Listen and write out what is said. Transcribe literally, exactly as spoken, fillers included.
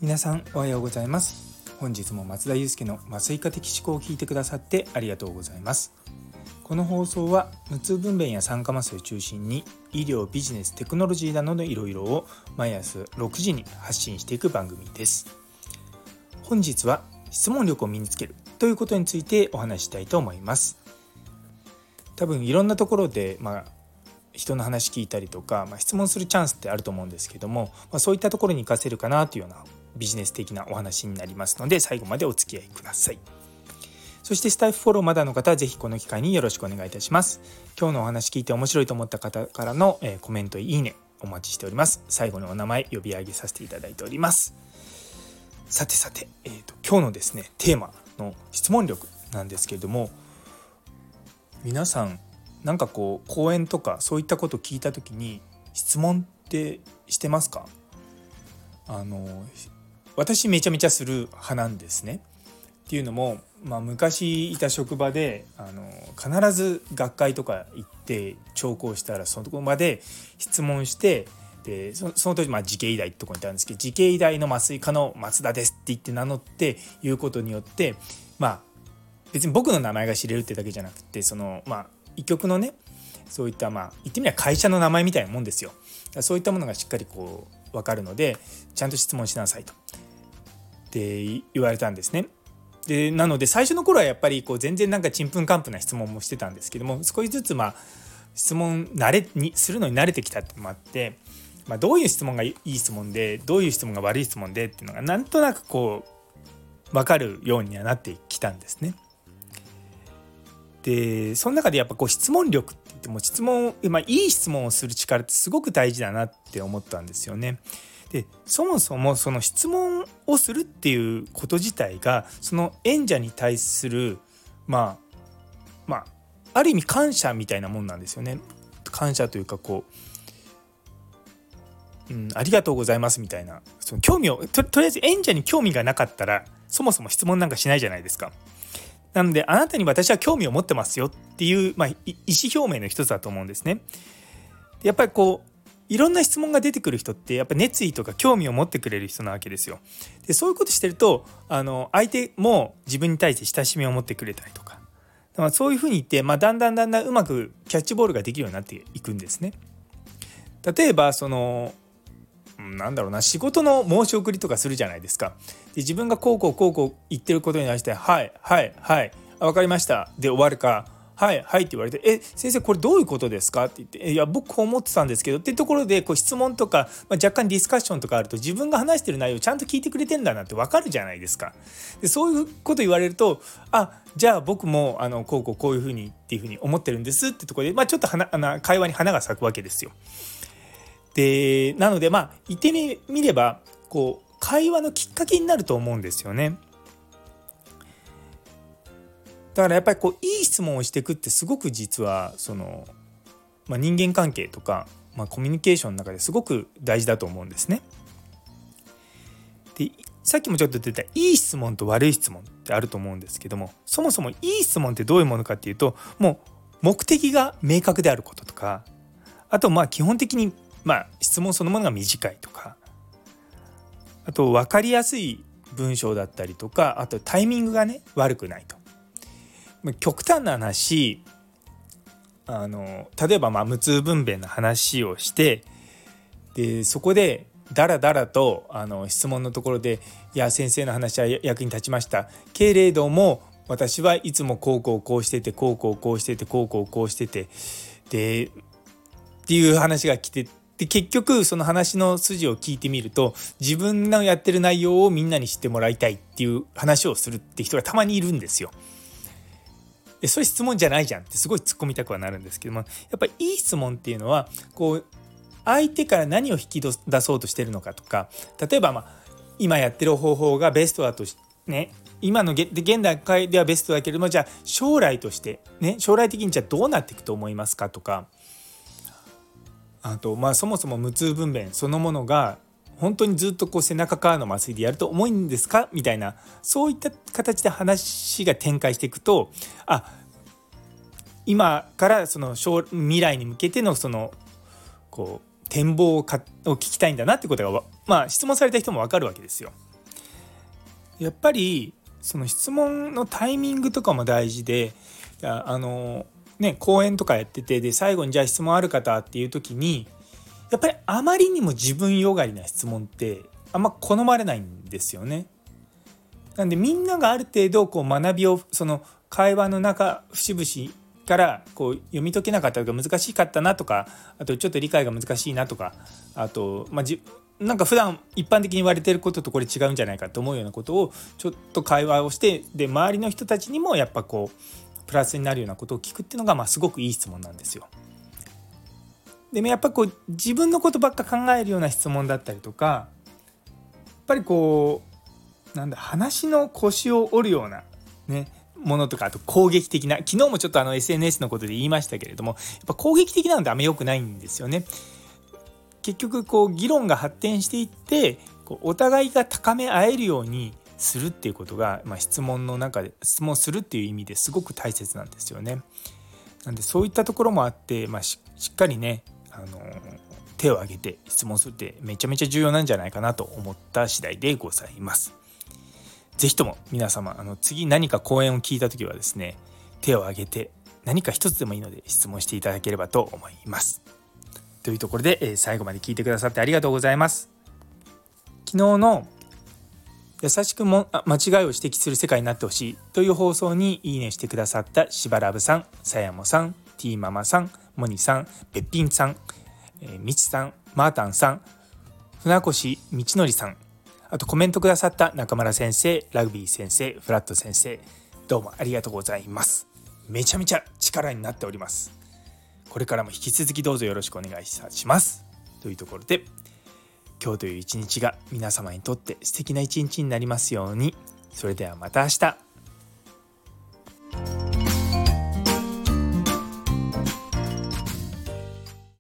皆さんおはようございます。本日も松田祐介の麻酔科的思考を聞いてくださってありがとうございます。この放送は無痛分娩や酸化麻酔を中心に医療、ビジネス、テクノロジーなどのいろいろを毎朝ろくじに発信していく番組です。本日は質問力を身につけるということについてお話ししたいと思います。多分いろんなところで、まあ、人の話聞いたりとか、まあ、質問するチャンスってあると思うんですけども、まあ、そういったところに活かせるかなというようなビジネス的なお話になりますので、最後までお付き合いください。そしてスタイフフォローまだの方はぜひこの機会によろしくお願いいたします。今日のお話聞いて面白いと思った方からの、えー、コメント、いいねお待ちしております。最後にお名前呼び上げさせていただいております。さてさて、えーと、今日のですねテーマの質問力なんですけれども、皆さんなんかこう講演とかそういったことを聞いた時に質問ってしてますか？あの私めちゃめちゃする派なんですね。っていうのも、まあ、昔いた職場であの必ず学会とか行って聴講したらそのところまで質問して、で そ, その当時まあ慈恵医大ってところにいたんですけど、慈恵医大の麻酔科の松田ですって言って名乗って言うことによって、まあ別に僕の名前が知れるってだけじゃなくて、そのまあ医局のねそういったまあ言ってみれば会社の名前みたいなもんですよ。そういったものがしっかりこう分かるので、ちゃんと質問しなさいとって言われたんですね。でなので最初の頃はやっぱりこう全然なんかちんぷんかんぷんな質問もしてたんですけども、少しずつまあ質問慣れにするのに慣れてきたってのもあって、まあ、どういう質問がいい質問でどういう質問が悪い質問でっていうのがなんとなくこう分かるようにはなってきたんですね。でその中でやっぱこう質問力って言っても質問、まあ、いい質問をする力ってすごく大事だなって思ったんですよね。でそもそもその質問をするっていうこと自体がその演者に対するまあまあある意味感謝みたいなもんなんですよね。感謝というかこう、うん、ありがとうございますみたいな、その興味を と, とりあえず演者に興味がなかったらそもそも質問なんかしないじゃないですか。なのであなたに私は興味を持ってますよっていう、まあ、意思表明の一つだと思うんですね。でやっぱりこういろんな質問が出てくる人ってやっぱ熱意とか興味を持ってくれる人なわけですよ。でそういうことしてるとあの相手も自分に対して親しみを持ってくれたりとか、まあ、そういうふうに言って、まあ、だんだんだんだんうまくキャッチボールができるようになっていくんですね。例えばそのなんだろうな仕事の申し送りとかするじゃないですか。で自分がこうこうこうこう言ってることに対してはいはいはい分かりましたで終わるか、はいはいって言われて、え先生これどういうことですかって言って、いや僕こう思ってたんですけどっていうところでこう質問とか、まあ、若干ディスカッションとかあると自分が話してる内容をちゃんと聞いてくれてんだなって分かるじゃないですか。でそういうこと言われると、あじゃあ僕もあのこうこうこういうふうにっていうふうに思ってるんですってところで、まあ、ちょっと花会話に花が咲くわけですよ。でなのでまあ言ってみればこう会話のきっかけになると思うんですよね。だからやっぱりこういい質問をしていくってすごく実はその、まあ、人間関係とか、まあ、コミュニケーションの中ですごく大事だと思うんですね。でさっきもちょっと出たいい質問と悪い質問ってあると思うんですけども、そもそもいい質問ってどういうものかっていうと、もう目的が明確であることとか、あとまあ基本的にまあ質問そのものが短いとか、あと分かりやすい文章だったりとか、あとタイミングがね悪くないと。極端な話、あの例えばまあ無痛分娩の話をして、でそこでダラダラとあの質問のところで、いや先生の話は役に立ちましたけれども私はいつもこうこうこうしててこうこうこうしててこうこうこうしててでっていう話が来て、で結局その話の筋を聞いてみると自分のやってる内容をみんなに知ってもらいたいっていう話をするって人がたまにいるんですよ。でそれ質問じゃないじゃんってすごい突っ込みたくはなるんですけども、やっぱりいい質問っていうのはこう相手から何を引き出そうとしてるのかとか、例えばまあ今やってる方法がベストだとしね、今の現段階ではベストだけれども、じゃあ将来としてね、将来的にじゃあどうなっていくと思いますかとか、あとまあそもそも無痛分娩そのものが本当にずっとこう背中からの麻酔でやると重いんですかみたいな、そういった形で話が展開していくと、あ今からその未来に向けてのそのこう展望をかを聞きたいんだなってことが、まあ、質問された人も分かるわけですよ。 やっぱりその質問のタイミングとかも大事で、いやあのね講演とかやってて、で最後にじゃあ質問ある方っていう時に、やっぱりあまりにも自分よがりな質問ってあんま好まれないんですよね。なんでみんながある程度こう学びを、その会話の中節々からこう読み解けなかったとか難しかったなとか、あとちょっと理解が難しいなとか、あと、まあ、じなんか普段一般的に言われてることとこれ違うんじゃないかと思うようなことをちょっと会話をして、で周りの人たちにもやっぱこうプラスになるようなことを聞くっていうのが、まあすごくいい質問なんですよ。でもやっぱこう自分のことばっか考えるような質問だったりとか、やっぱりこうなんだ話の腰を折るようなねものとか、あと攻撃的な、昨日もちょっとあの エスエヌエス のことで言いましたけれども、やっぱ攻撃的なのってあんま良くないんですよね。結局こう議論が発展していって、こうお互いが高め合えるようにするっていうことが、まあ、質問の中で質問するっていう意味ですごく大切なんですよね。なんでそういったところもあって、まあ、し, しっかりね、あの手を挙げて質問するってめちゃめちゃ重要なんじゃないかなと思った次第でございます。ぜひとも皆様、あの次何か講演を聞いたときはですね、手を挙げて何か一つでもいいので質問していただければと思います。というところで、えー、最後まで聞いてくださってありがとうございます。昨日の優しくも間違いを指摘する世界になってほしいという放送にいいねしてくださったしばらぶさん、さやもさん、ティーママさん、モニさん、べっぴんさん、えー、みちさん、マータンさん、船越道則さん、あとコメントくださった中村先生、ラグビー先生、フラット先生、どうもありがとうございます。めちゃめちゃ力になっております。これからも引き続きどうぞよろしくお願いします。というところで、今日という一日が皆様にとって素敵な一日になりますように。それではまた明日。